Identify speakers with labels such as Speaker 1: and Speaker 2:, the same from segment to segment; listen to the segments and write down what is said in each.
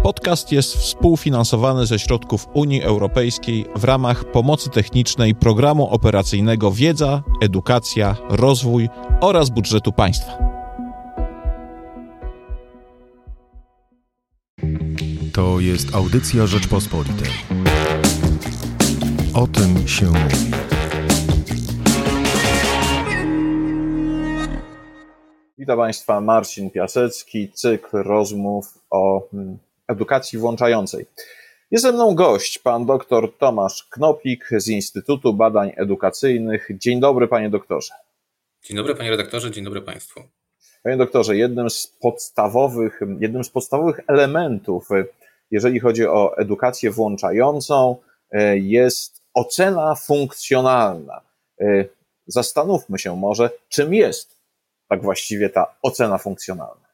Speaker 1: Podcast jest współfinansowany ze środków Unii Europejskiej w ramach pomocy technicznej Programu Operacyjnego Wiedza, Edukacja, Rozwój oraz budżetu państwa.
Speaker 2: To jest audycja Rzeczpospolitej. O tym się mówi.
Speaker 1: Witam Państwa, Marcin Piasecki, cykl rozmów o edukacji włączającej. Jest ze mną gość, pan dr Tomasz Knopik z Instytutu Badań Edukacyjnych. Dzień dobry, panie doktorze.
Speaker 3: Dzień dobry, panie redaktorze, dzień dobry państwu.
Speaker 1: Panie doktorze, jednym z podstawowych elementów, jeżeli chodzi o edukację włączającą, jest ocena funkcjonalna. Zastanówmy się może, czym jest tak właściwie ta ocena funkcjonalna.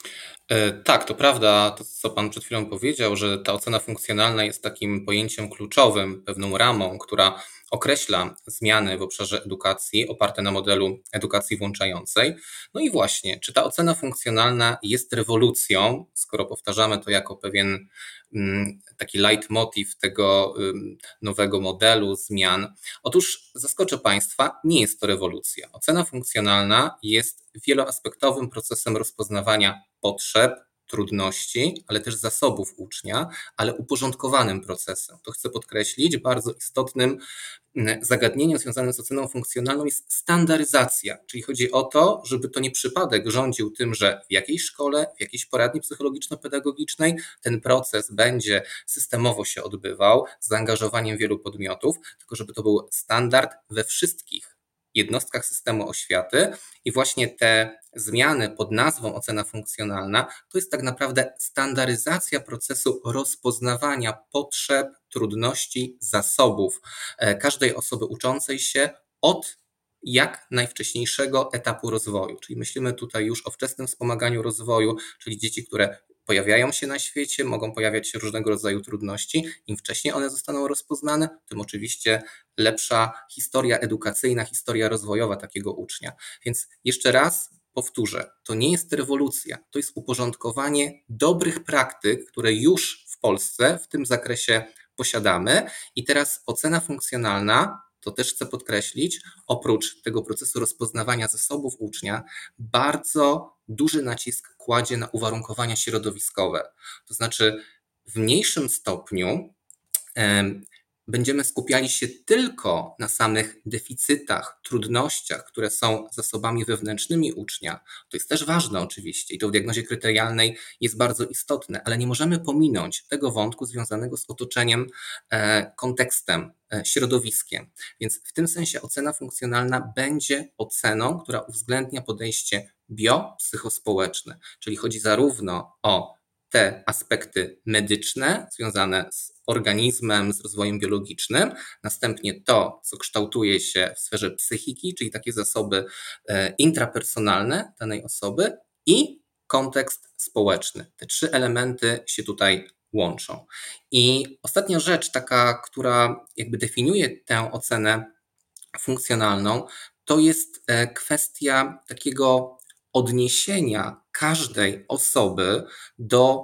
Speaker 3: Tak, to prawda, to co pan przed chwilą powiedział, że ta ocena funkcjonalna jest takim pojęciem kluczowym, pewną ramą, która określa zmiany w obszarze edukacji oparte na modelu edukacji włączającej. No i właśnie, czy ta ocena funkcjonalna jest rewolucją, skoro powtarzamy to jako pewien taki leitmotiv tego nowego modelu zmian? Otóż zaskoczę państwa, nie jest to rewolucja. Ocena funkcjonalna jest wieloaspektowym procesem rozpoznawania potrzeb, trudności, ale też zasobów ucznia, ale uporządkowanym procesem. To chcę podkreślić, bardzo istotnym zagadnieniem związanym z oceną funkcjonalną jest standaryzacja, czyli chodzi o to, żeby to nie przypadek rządził tym, że w jakiejś szkole, w jakiejś poradni psychologiczno-pedagogicznej ten proces będzie systemowo się odbywał z zaangażowaniem wielu podmiotów, tylko żeby to był standard we wszystkich jednostkach systemu oświaty i właśnie te zmiany pod nazwą ocena funkcjonalna to jest tak naprawdę standaryzacja procesu rozpoznawania potrzeb, trudności, zasobów każdej osoby uczącej się od jak najwcześniejszego etapu rozwoju. Czyli myślimy tutaj już o wczesnym wspomaganiu rozwoju, czyli dzieci, które pojawiają się na świecie, mogą pojawiać się różnego rodzaju trudności. Im wcześniej one zostaną rozpoznane, tym oczywiście lepsza historia edukacyjna, historia rozwojowa takiego ucznia. Więc jeszcze raz powtórzę, to nie jest rewolucja, to jest uporządkowanie dobrych praktyk, które już w Polsce w tym zakresie posiadamy. I teraz ocena funkcjonalna, to też chcę podkreślić, oprócz tego procesu rozpoznawania zasobów ucznia, bardzo duży nacisk kładzie na uwarunkowania środowiskowe. To znaczy w mniejszym stopniu będziemy skupiali się tylko na samych deficytach, trudnościach, które są zasobami wewnętrznymi ucznia. To jest też ważne oczywiście i to w diagnozie kryterialnej jest bardzo istotne, ale nie możemy pominąć tego wątku związanego z otoczeniem, kontekstem, środowiskiem. Więc w tym sensie ocena funkcjonalna będzie oceną, która uwzględnia podejście biopsychospołeczne, czyli chodzi zarówno o te aspekty medyczne związane z organizmem, z rozwojem biologicznym, następnie to, co kształtuje się w sferze psychiki, czyli takie zasoby intrapersonalne danej osoby i kontekst społeczny. Te trzy elementy się tutaj łączą. I ostatnia rzecz, taka, która jakby definiuje tę ocenę funkcjonalną, to jest kwestia takiego odniesienia każdej osoby do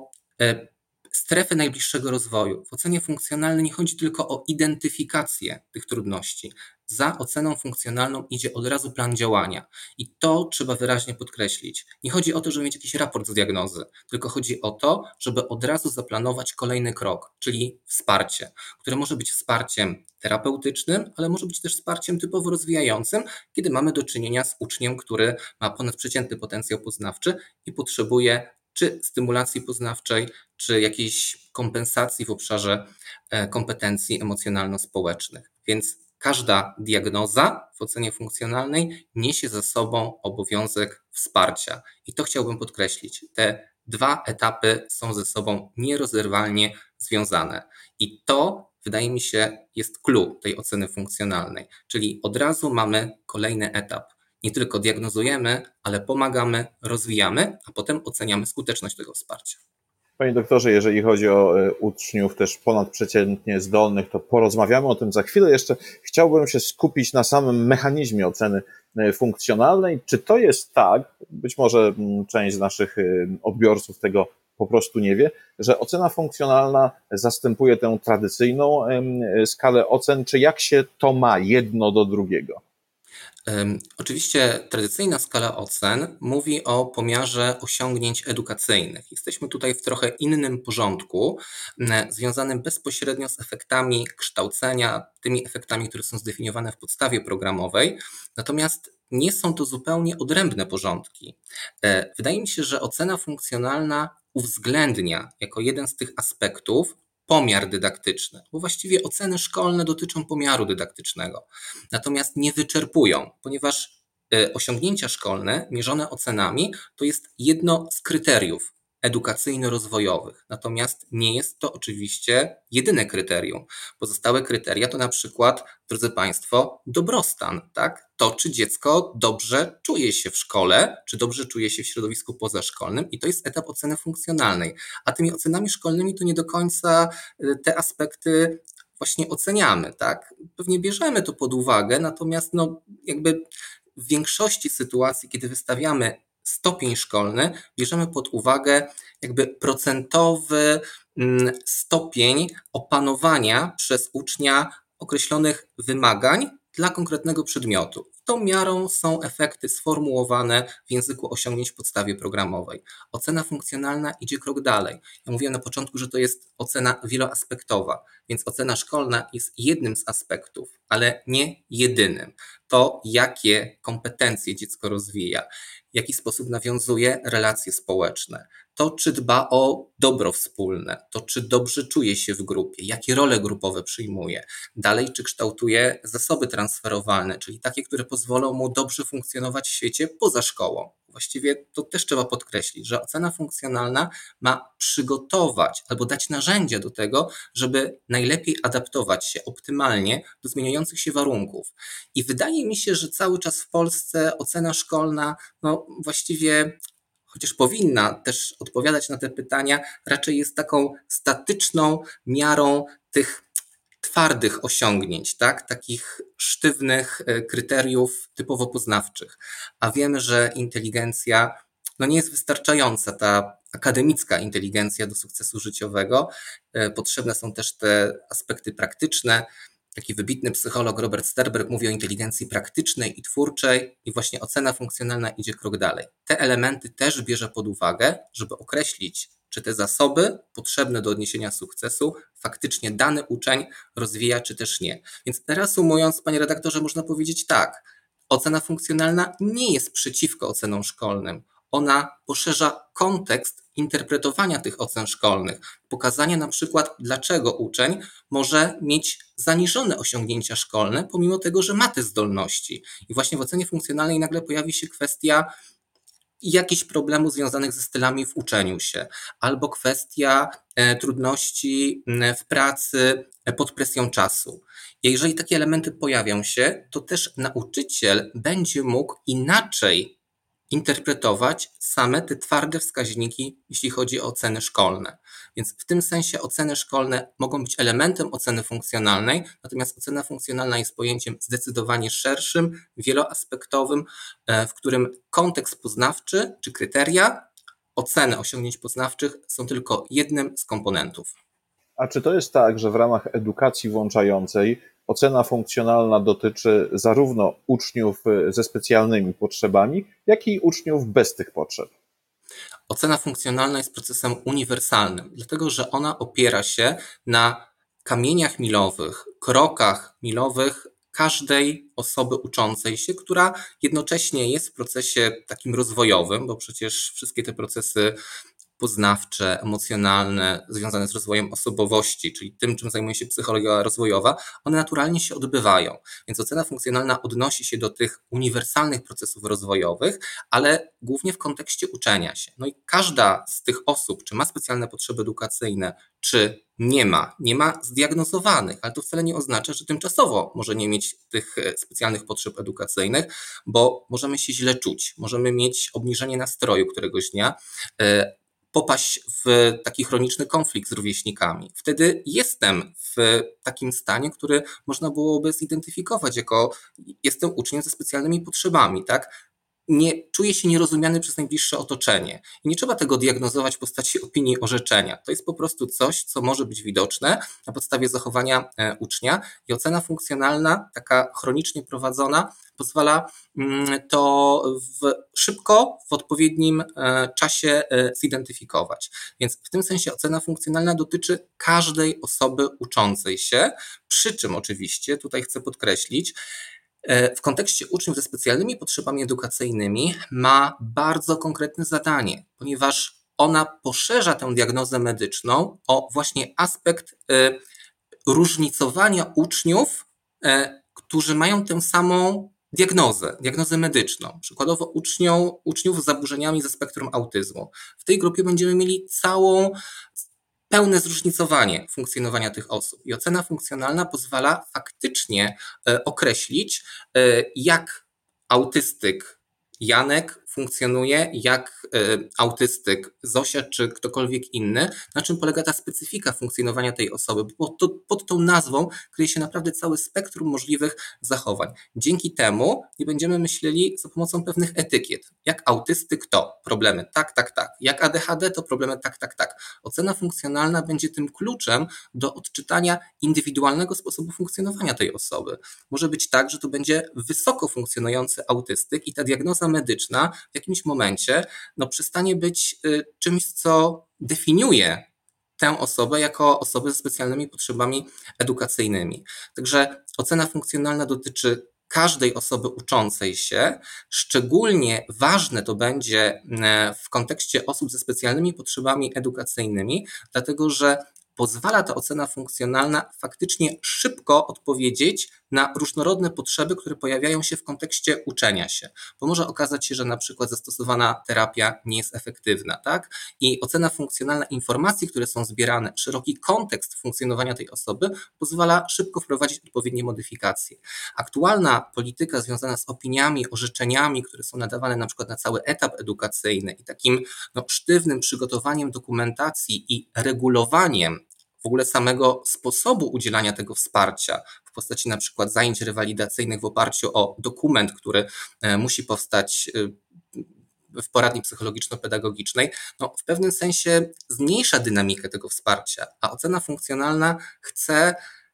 Speaker 3: strefy najbliższego rozwoju. W ocenie funkcjonalnej nie chodzi tylko o identyfikację tych trudności. Za oceną funkcjonalną idzie od razu plan działania i to trzeba wyraźnie podkreślić. Nie chodzi o to, żeby mieć jakiś raport z diagnozy, tylko chodzi o to, żeby od razu zaplanować kolejny krok, czyli wsparcie, które może być wsparciem terapeutycznym, ale może być też wsparciem typowo rozwijającym, kiedy mamy do czynienia z uczniem, który ma ponadprzeciętny potencjał poznawczy i potrzebuje czy stymulacji poznawczej, czy jakiejś kompensacji w obszarze kompetencji emocjonalno-społecznych. Więc każda diagnoza w ocenie funkcjonalnej niesie za sobą obowiązek wsparcia. I to chciałbym podkreślić. Te dwa etapy są ze sobą nierozerwalnie związane. I to, wydaje mi się, jest clou tej oceny funkcjonalnej. Czyli od razu mamy kolejny etap. Nie tylko diagnozujemy, ale pomagamy, rozwijamy, a potem oceniamy skuteczność tego wsparcia.
Speaker 1: Panie doktorze, jeżeli chodzi o uczniów też ponadprzeciętnie zdolnych, to porozmawiamy o tym za chwilę. Jeszcze chciałbym się skupić na samym mechanizmie oceny funkcjonalnej. Czy to jest tak, być może część z naszych odbiorców tego po prostu nie wie, że ocena funkcjonalna zastępuje tę tradycyjną skalę ocen, czy jak się to ma jedno do drugiego?
Speaker 3: Oczywiście tradycyjna skala ocen mówi o pomiarze osiągnięć edukacyjnych. Jesteśmy tutaj w trochę innym porządku, związanym bezpośrednio z efektami kształcenia, tymi efektami, które są zdefiniowane w podstawie programowej, natomiast nie są to zupełnie odrębne porządki. Wydaje mi się, że ocena funkcjonalna uwzględnia jako jeden z tych aspektów pomiar dydaktyczny, bo właściwie oceny szkolne dotyczą pomiaru dydaktycznego, natomiast nie wyczerpują, ponieważ osiągnięcia szkolne mierzone ocenami to jest jedno z kryteriów edukacyjno-rozwojowych, natomiast nie jest to oczywiście jedyne kryterium. Pozostałe kryteria to na przykład, drodzy Państwo, dobrostan, tak? To, czy dziecko dobrze czuje się w szkole, czy dobrze czuje się w środowisku pozaszkolnym, i to jest etap oceny funkcjonalnej. A tymi ocenami szkolnymi to nie do końca te aspekty właśnie oceniamy, tak? Pewnie bierzemy to pod uwagę, natomiast jakby w większości sytuacji, kiedy wystawiamy stopień szkolny, bierzemy pod uwagę jakby procentowy stopień opanowania przez ucznia określonych wymagań dla konkretnego przedmiotu. Tą miarą są efekty sformułowane w języku osiągnięć w podstawie programowej. Ocena funkcjonalna idzie krok dalej. Ja mówiłem na początku, że to jest ocena wieloaspektowa, więc ocena szkolna jest jednym z aspektów, ale nie jedynym. To, jakie kompetencje dziecko rozwija, w jaki sposób nawiązuje relacje społeczne, to, czy dba o dobro wspólne, to, czy dobrze czuje się w grupie, jakie role grupowe przyjmuje, dalej, czy kształtuje zasoby transferowalne, czyli takie, które pozwolą mu dobrze funkcjonować w świecie poza szkołą. Właściwie to też trzeba podkreślić, że ocena funkcjonalna ma przygotować albo dać narzędzia do tego, żeby najlepiej adaptować się optymalnie do zmieniających się warunków. I wydaje mi się, że cały czas w Polsce ocena szkolna, właściwie, chociaż powinna też odpowiadać na te pytania, raczej jest taką statyczną miarą tych twardych osiągnięć, tak? Takich sztywnych kryteriów typowo poznawczych. A wiemy, że inteligencja nie jest wystarczająca, ta akademicka inteligencja do sukcesu życiowego. Potrzebne są też te aspekty praktyczne. Taki wybitny psycholog Robert Sternberg mówi o inteligencji praktycznej i twórczej, i właśnie ocena funkcjonalna idzie krok dalej. Te elementy też bierze pod uwagę, żeby określić, czy te zasoby potrzebne do odniesienia sukcesu faktycznie dany uczeń rozwija, czy też nie. Więc reasumując, panie redaktorze, można powiedzieć tak: ocena funkcjonalna nie jest przeciwko ocenom szkolnym. Ona poszerza kontekst interpretowania tych ocen szkolnych, pokazania na przykład, dlaczego uczeń może mieć zaniżone osiągnięcia szkolne, pomimo tego, że ma te zdolności. I właśnie w ocenie funkcjonalnej nagle pojawi się kwestia jakichś problemów związanych ze stylami w uczeniu się, albo kwestia trudności w pracy pod presją czasu. I jeżeli takie elementy pojawią się, to też nauczyciel będzie mógł inaczej interpretować same te twarde wskaźniki, jeśli chodzi o oceny szkolne. Więc w tym sensie oceny szkolne mogą być elementem oceny funkcjonalnej, natomiast ocena funkcjonalna jest pojęciem zdecydowanie szerszym, wieloaspektowym, w którym kontekst poznawczy czy kryteria oceny osiągnięć poznawczych są tylko jednym z komponentów.
Speaker 1: A czy to jest tak, że w ramach edukacji włączającej ocena funkcjonalna dotyczy zarówno uczniów ze specjalnymi potrzebami, jak i uczniów bez tych potrzeb?
Speaker 3: Ocena funkcjonalna jest procesem uniwersalnym, dlatego że ona opiera się na kamieniach milowych, krokach milowych każdej osoby uczącej się, która jednocześnie jest w procesie takim rozwojowym, bo przecież wszystkie te procesy poznawcze, emocjonalne, związane z rozwojem osobowości, czyli tym, czym zajmuje się psychologia rozwojowa, one naturalnie się odbywają. Więc ocena funkcjonalna odnosi się do tych uniwersalnych procesów rozwojowych, ale głównie w kontekście uczenia się. I każda z tych osób, czy ma specjalne potrzeby edukacyjne, czy nie ma zdiagnozowanych, ale to wcale nie oznacza, że tymczasowo może nie mieć tych specjalnych potrzeb edukacyjnych, bo możemy się źle czuć, możemy mieć obniżenie nastroju któregoś dnia, popaść w taki chroniczny konflikt z rówieśnikami. Wtedy jestem w takim stanie, który można byłoby zidentyfikować jako jestem uczniem ze specjalnymi potrzebami, tak? nie czuje się nierozumiany przez najbliższe otoczenie. I nie trzeba tego diagnozować w postaci opinii orzeczenia. To jest po prostu coś, co może być widoczne na podstawie zachowania ucznia i ocena funkcjonalna, taka chronicznie prowadzona, pozwala to szybko, w odpowiednim czasie zidentyfikować. Więc w tym sensie ocena funkcjonalna dotyczy każdej osoby uczącej się, przy czym oczywiście, tutaj chcę podkreślić, w kontekście uczniów ze specjalnymi potrzebami edukacyjnymi ma bardzo konkretne zadanie, ponieważ ona poszerza tę diagnozę medyczną o właśnie aspekt różnicowania uczniów, którzy mają tę samą diagnozę medyczną. Przykładowo uczniów z zaburzeniami ze spektrum autyzmu. W tej grupie będziemy mieli pełne zróżnicowanie funkcjonowania tych osób i ocena funkcjonalna pozwala faktycznie określić, jak autystyk Janek funkcjonuje, jak autystyk Zosia czy ktokolwiek inny, na czym polega ta specyfika funkcjonowania tej osoby, bo pod tą nazwą kryje się naprawdę całe spektrum możliwych zachowań. Dzięki temu nie będziemy myśleli za pomocą pewnych etykiet. Jak autystyk to problemy tak, tak, tak. Jak ADHD to problemy tak, tak, tak. Ocena funkcjonalna będzie tym kluczem do odczytania indywidualnego sposobu funkcjonowania tej osoby. Może być tak, że to będzie wysoko funkcjonujący autystyk i ta diagnoza medyczna w jakimś momencie przestanie być czymś, co definiuje tę osobę jako osobę ze specjalnymi potrzebami edukacyjnymi. Także ocena funkcjonalna dotyczy każdej osoby uczącej się. Szczególnie ważne to będzie w kontekście osób ze specjalnymi potrzebami edukacyjnymi, dlatego że pozwala ta ocena funkcjonalna faktycznie szybko odpowiedzieć na różnorodne potrzeby, które pojawiają się w kontekście uczenia się. Bo może okazać się, że na przykład zastosowana terapia nie jest efektywna, tak? I ocena funkcjonalna informacji, które są zbierane, szeroki kontekst funkcjonowania tej osoby pozwala szybko wprowadzić odpowiednie modyfikacje. Aktualna polityka związana z opiniami, orzeczeniami, które są nadawane na przykład na cały etap edukacyjny i takim sztywnym przygotowaniem dokumentacji i regulowaniem w ogóle samego sposobu udzielania tego wsparcia w postaci na przykład zajęć rewalidacyjnych w oparciu o dokument, który musi powstać w poradni psychologiczno-pedagogicznej, w pewnym sensie zmniejsza dynamikę tego wsparcia, a ocena funkcjonalna chce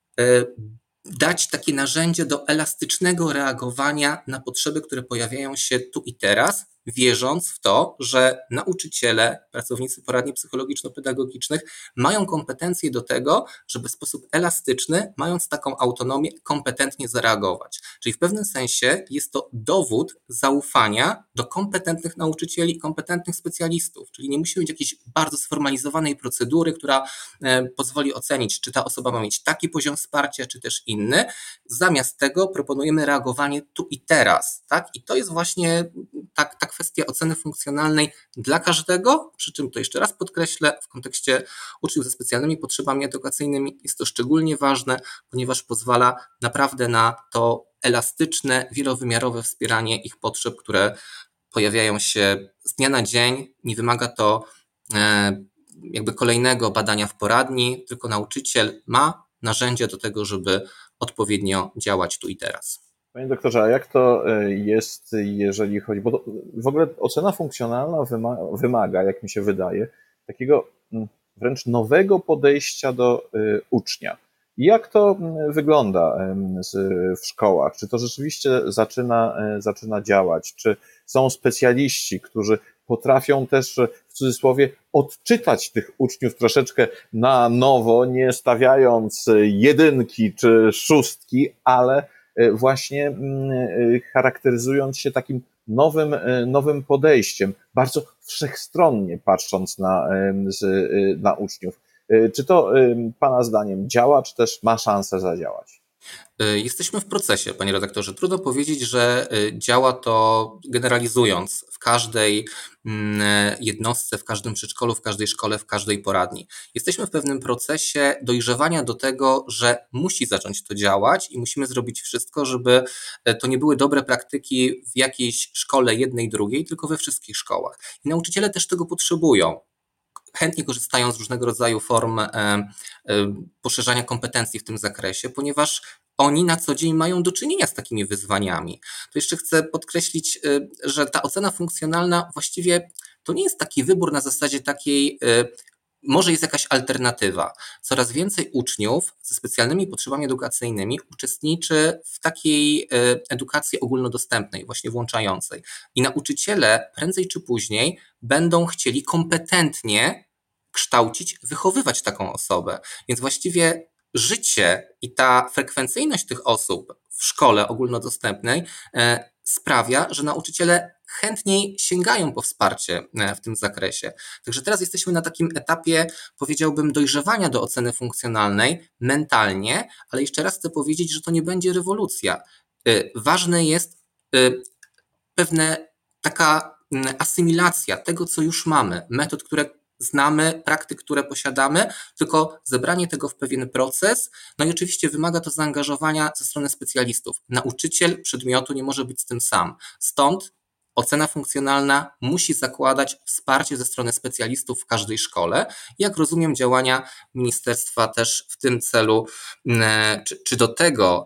Speaker 3: dać takie narzędzie do elastycznego reagowania na potrzeby, które pojawiają się tu i teraz, wierząc w to, że nauczyciele, pracownicy poradni psychologiczno-pedagogicznych mają kompetencje do tego, żeby w sposób elastyczny, mając taką autonomię, kompetentnie zareagować. Czyli w pewnym sensie jest to dowód zaufania do kompetentnych nauczycieli, kompetentnych specjalistów, czyli nie musi być jakiejś bardzo sformalizowanej procedury, która pozwoli ocenić, czy ta osoba ma mieć taki poziom wsparcia, czy też inny. Zamiast tego proponujemy reagowanie tu i teraz, tak? I to jest właśnie ta kwestia oceny funkcjonalnej dla każdego, przy czym to jeszcze raz podkreślę, w kontekście uczniów ze specjalnymi potrzebami edukacyjnymi jest to szczególnie ważne, ponieważ pozwala naprawdę na to elastyczne, wielowymiarowe wspieranie ich potrzeb, które pojawiają się z dnia na dzień. Nie wymaga to jakby kolejnego badania w poradni, tylko nauczyciel ma narzędzia do tego, żeby odpowiednio działać tu i teraz.
Speaker 1: Panie doktorze, a jak to jest, jeżeli chodzi, bo w ogóle ocena funkcjonalna wymaga, jak mi się wydaje, takiego wręcz nowego podejścia do ucznia. I jak to wygląda w szkołach? Czy to rzeczywiście zaczyna działać? Czy są specjaliści, którzy potrafią też, w cudzysłowie, odczytać tych uczniów troszeczkę na nowo, nie stawiając 1 czy 6, ale właśnie charakteryzując się takim nowym podejściem, bardzo wszechstronnie patrząc na uczniów. Czy to Pana zdaniem działa, czy też ma szansę zadziałać?
Speaker 3: Jesteśmy w procesie, panie redaktorze. Trudno powiedzieć, że działa to generalizując w każdej jednostce, w każdym przedszkolu, w każdej szkole, w każdej poradni. Jesteśmy w pewnym procesie dojrzewania do tego, że musi zacząć to działać i musimy zrobić wszystko, żeby to nie były dobre praktyki w jakiejś szkole jednej, drugiej, tylko we wszystkich szkołach. I nauczyciele też tego potrzebują. Chętnie korzystają z różnego rodzaju form poszerzania kompetencji w tym zakresie, ponieważ oni na co dzień mają do czynienia z takimi wyzwaniami. To jeszcze chcę podkreślić, że ta ocena funkcjonalna właściwie to nie jest taki wybór na zasadzie takiej, może jest jakaś alternatywa. Coraz więcej uczniów ze specjalnymi potrzebami edukacyjnymi uczestniczy w takiej edukacji ogólnodostępnej, właśnie włączającej. I nauczyciele prędzej czy później będą chcieli kompetentnie kształcić, wychowywać taką osobę. Więc właściwie życie i ta frekwencyjność tych osób w szkole ogólnodostępnej sprawia, że nauczyciele chętniej sięgają po wsparcie w tym zakresie. Także teraz jesteśmy na takim etapie, powiedziałbym, dojrzewania do oceny funkcjonalnej mentalnie, ale jeszcze raz chcę powiedzieć, że to nie będzie rewolucja. Ważne jest pewna taka asymilacja tego, co już mamy, metod, które znamy, praktyk, które posiadamy, tylko zebranie tego w pewien proces. No i oczywiście wymaga to zaangażowania ze strony specjalistów. Nauczyciel przedmiotu nie może być z tym sam. Stąd ocena funkcjonalna musi zakładać wsparcie ze strony specjalistów w każdej szkole. Jak rozumiem, działania ministerstwa też w tym celu, czy do tego,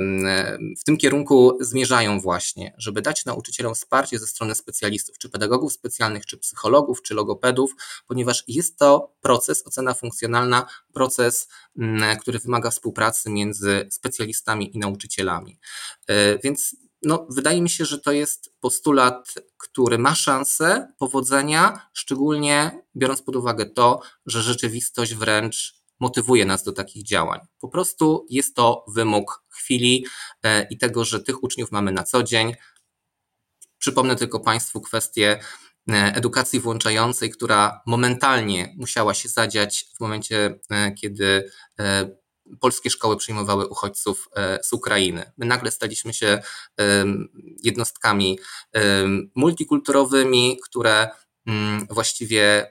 Speaker 3: w tym kierunku zmierzają właśnie, żeby dać nauczycielom wsparcie ze strony specjalistów, czy pedagogów specjalnych, czy psychologów, czy logopedów, ponieważ jest to proces, ocena funkcjonalna, proces, który wymaga współpracy między specjalistami i nauczycielami. Więc wydaje mi się, że to jest postulat, który ma szansę powodzenia, szczególnie biorąc pod uwagę to, że rzeczywistość wręcz motywuje nas do takich działań. Po prostu jest to wymóg chwili i tego, że tych uczniów mamy na co dzień. Przypomnę tylko Państwu kwestię edukacji włączającej, która momentalnie musiała się zadziać w momencie, kiedy polskie szkoły przyjmowały uchodźców z Ukrainy. My nagle staliśmy się jednostkami multikulturowymi, które właściwie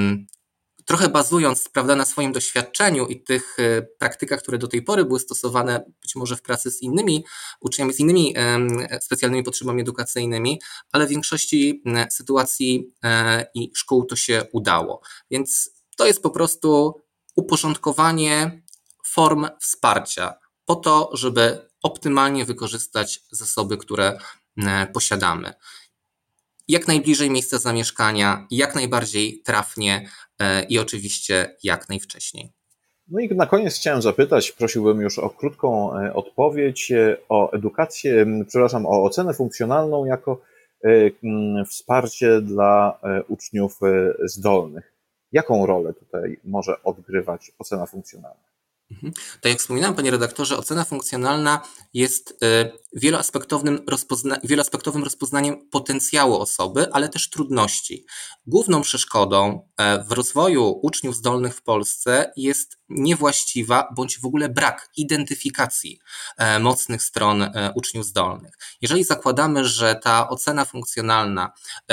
Speaker 3: trochę bazując, prawda, na swoim doświadczeniu i tych praktykach, które do tej pory były stosowane być może w pracy z innymi uczniami, z innymi specjalnymi potrzebami edukacyjnymi, ale w większości sytuacji i szkół to się udało. Więc to jest po prostu uporządkowanie form wsparcia po to, żeby optymalnie wykorzystać zasoby, które posiadamy. Jak najbliżej miejsca zamieszkania, jak najbardziej trafnie i oczywiście jak najwcześniej.
Speaker 1: No i na koniec chciałem zapytać, prosiłbym już o krótką odpowiedź o edukację, o ocenę funkcjonalną jako wsparcie dla uczniów zdolnych. Jaką rolę tutaj może odgrywać ocena funkcjonalna?
Speaker 3: Tak jak wspominałem, panie redaktorze, ocena funkcjonalna jest wieloaspektowym rozpoznaniem potencjału osoby, ale też trudności. Główną przeszkodą w rozwoju uczniów zdolnych w Polsce jest niewłaściwa bądź w ogóle brak identyfikacji mocnych stron uczniów zdolnych. Jeżeli zakładamy, że ta ocena funkcjonalna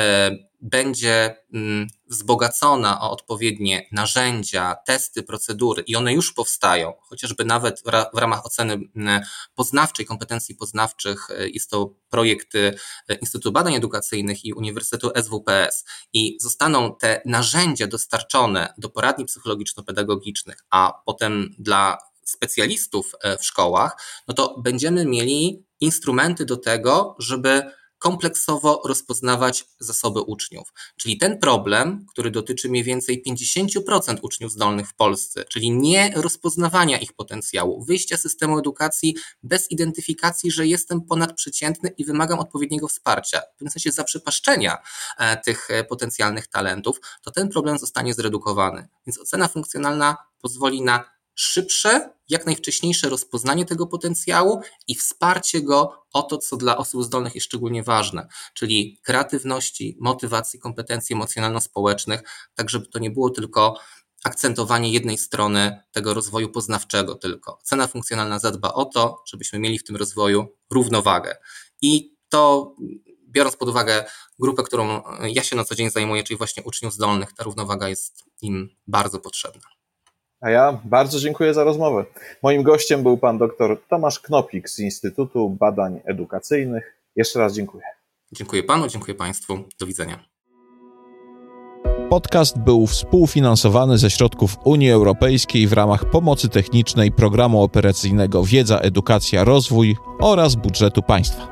Speaker 3: będzie wzbogacona o odpowiednie narzędzia, testy, procedury i one już powstają, chociażby nawet w ramach oceny poznawczej, kompetencji poznawczych, jest to projekt Instytutu Badań Edukacyjnych i Uniwersytetu SWPS i zostaną te narzędzia dostarczone do poradni psychologiczno-pedagogicznych, a potem dla specjalistów w szkołach, no to będziemy mieli instrumenty do tego, żeby kompleksowo rozpoznawać zasoby uczniów. Czyli ten problem, który dotyczy mniej więcej 50% uczniów zdolnych w Polsce, czyli nie rozpoznawania ich potencjału, wyjścia z systemu edukacji bez identyfikacji, że jestem ponadprzeciętny i wymagam odpowiedniego wsparcia, w tym sensie zaprzepaszczenia tych potencjalnych talentów, to ten problem zostanie zredukowany. Więc ocena funkcjonalna pozwoli na szybsze, jak najwcześniejsze rozpoznanie tego potencjału i wsparcie go o to, co dla osób zdolnych jest szczególnie ważne, czyli kreatywności, motywacji, kompetencji emocjonalno-społecznych, tak żeby to nie było tylko akcentowanie jednej strony tego rozwoju poznawczego tylko. Ocena funkcjonalna zadba o to, żebyśmy mieli w tym rozwoju równowagę. I to, biorąc pod uwagę grupę, którą ja się na co dzień zajmuję, czyli właśnie uczniów zdolnych, ta równowaga jest im bardzo potrzebna.
Speaker 1: A ja bardzo dziękuję za rozmowę. Moim gościem był pan dr Tomasz Knopik z Instytutu Badań Edukacyjnych. Jeszcze raz dziękuję.
Speaker 3: Dziękuję panu, dziękuję państwu. Do widzenia.
Speaker 1: Podcast był współfinansowany ze środków Unii Europejskiej w ramach pomocy technicznej Programu Operacyjnego Wiedza, Edukacja, Rozwój oraz budżetu państwa.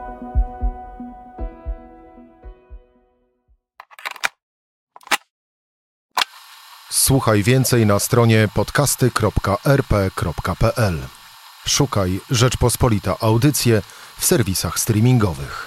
Speaker 2: Słuchaj więcej na stronie podcasty.rp.pl. Szukaj Rzeczpospolita Audycje w serwisach streamingowych.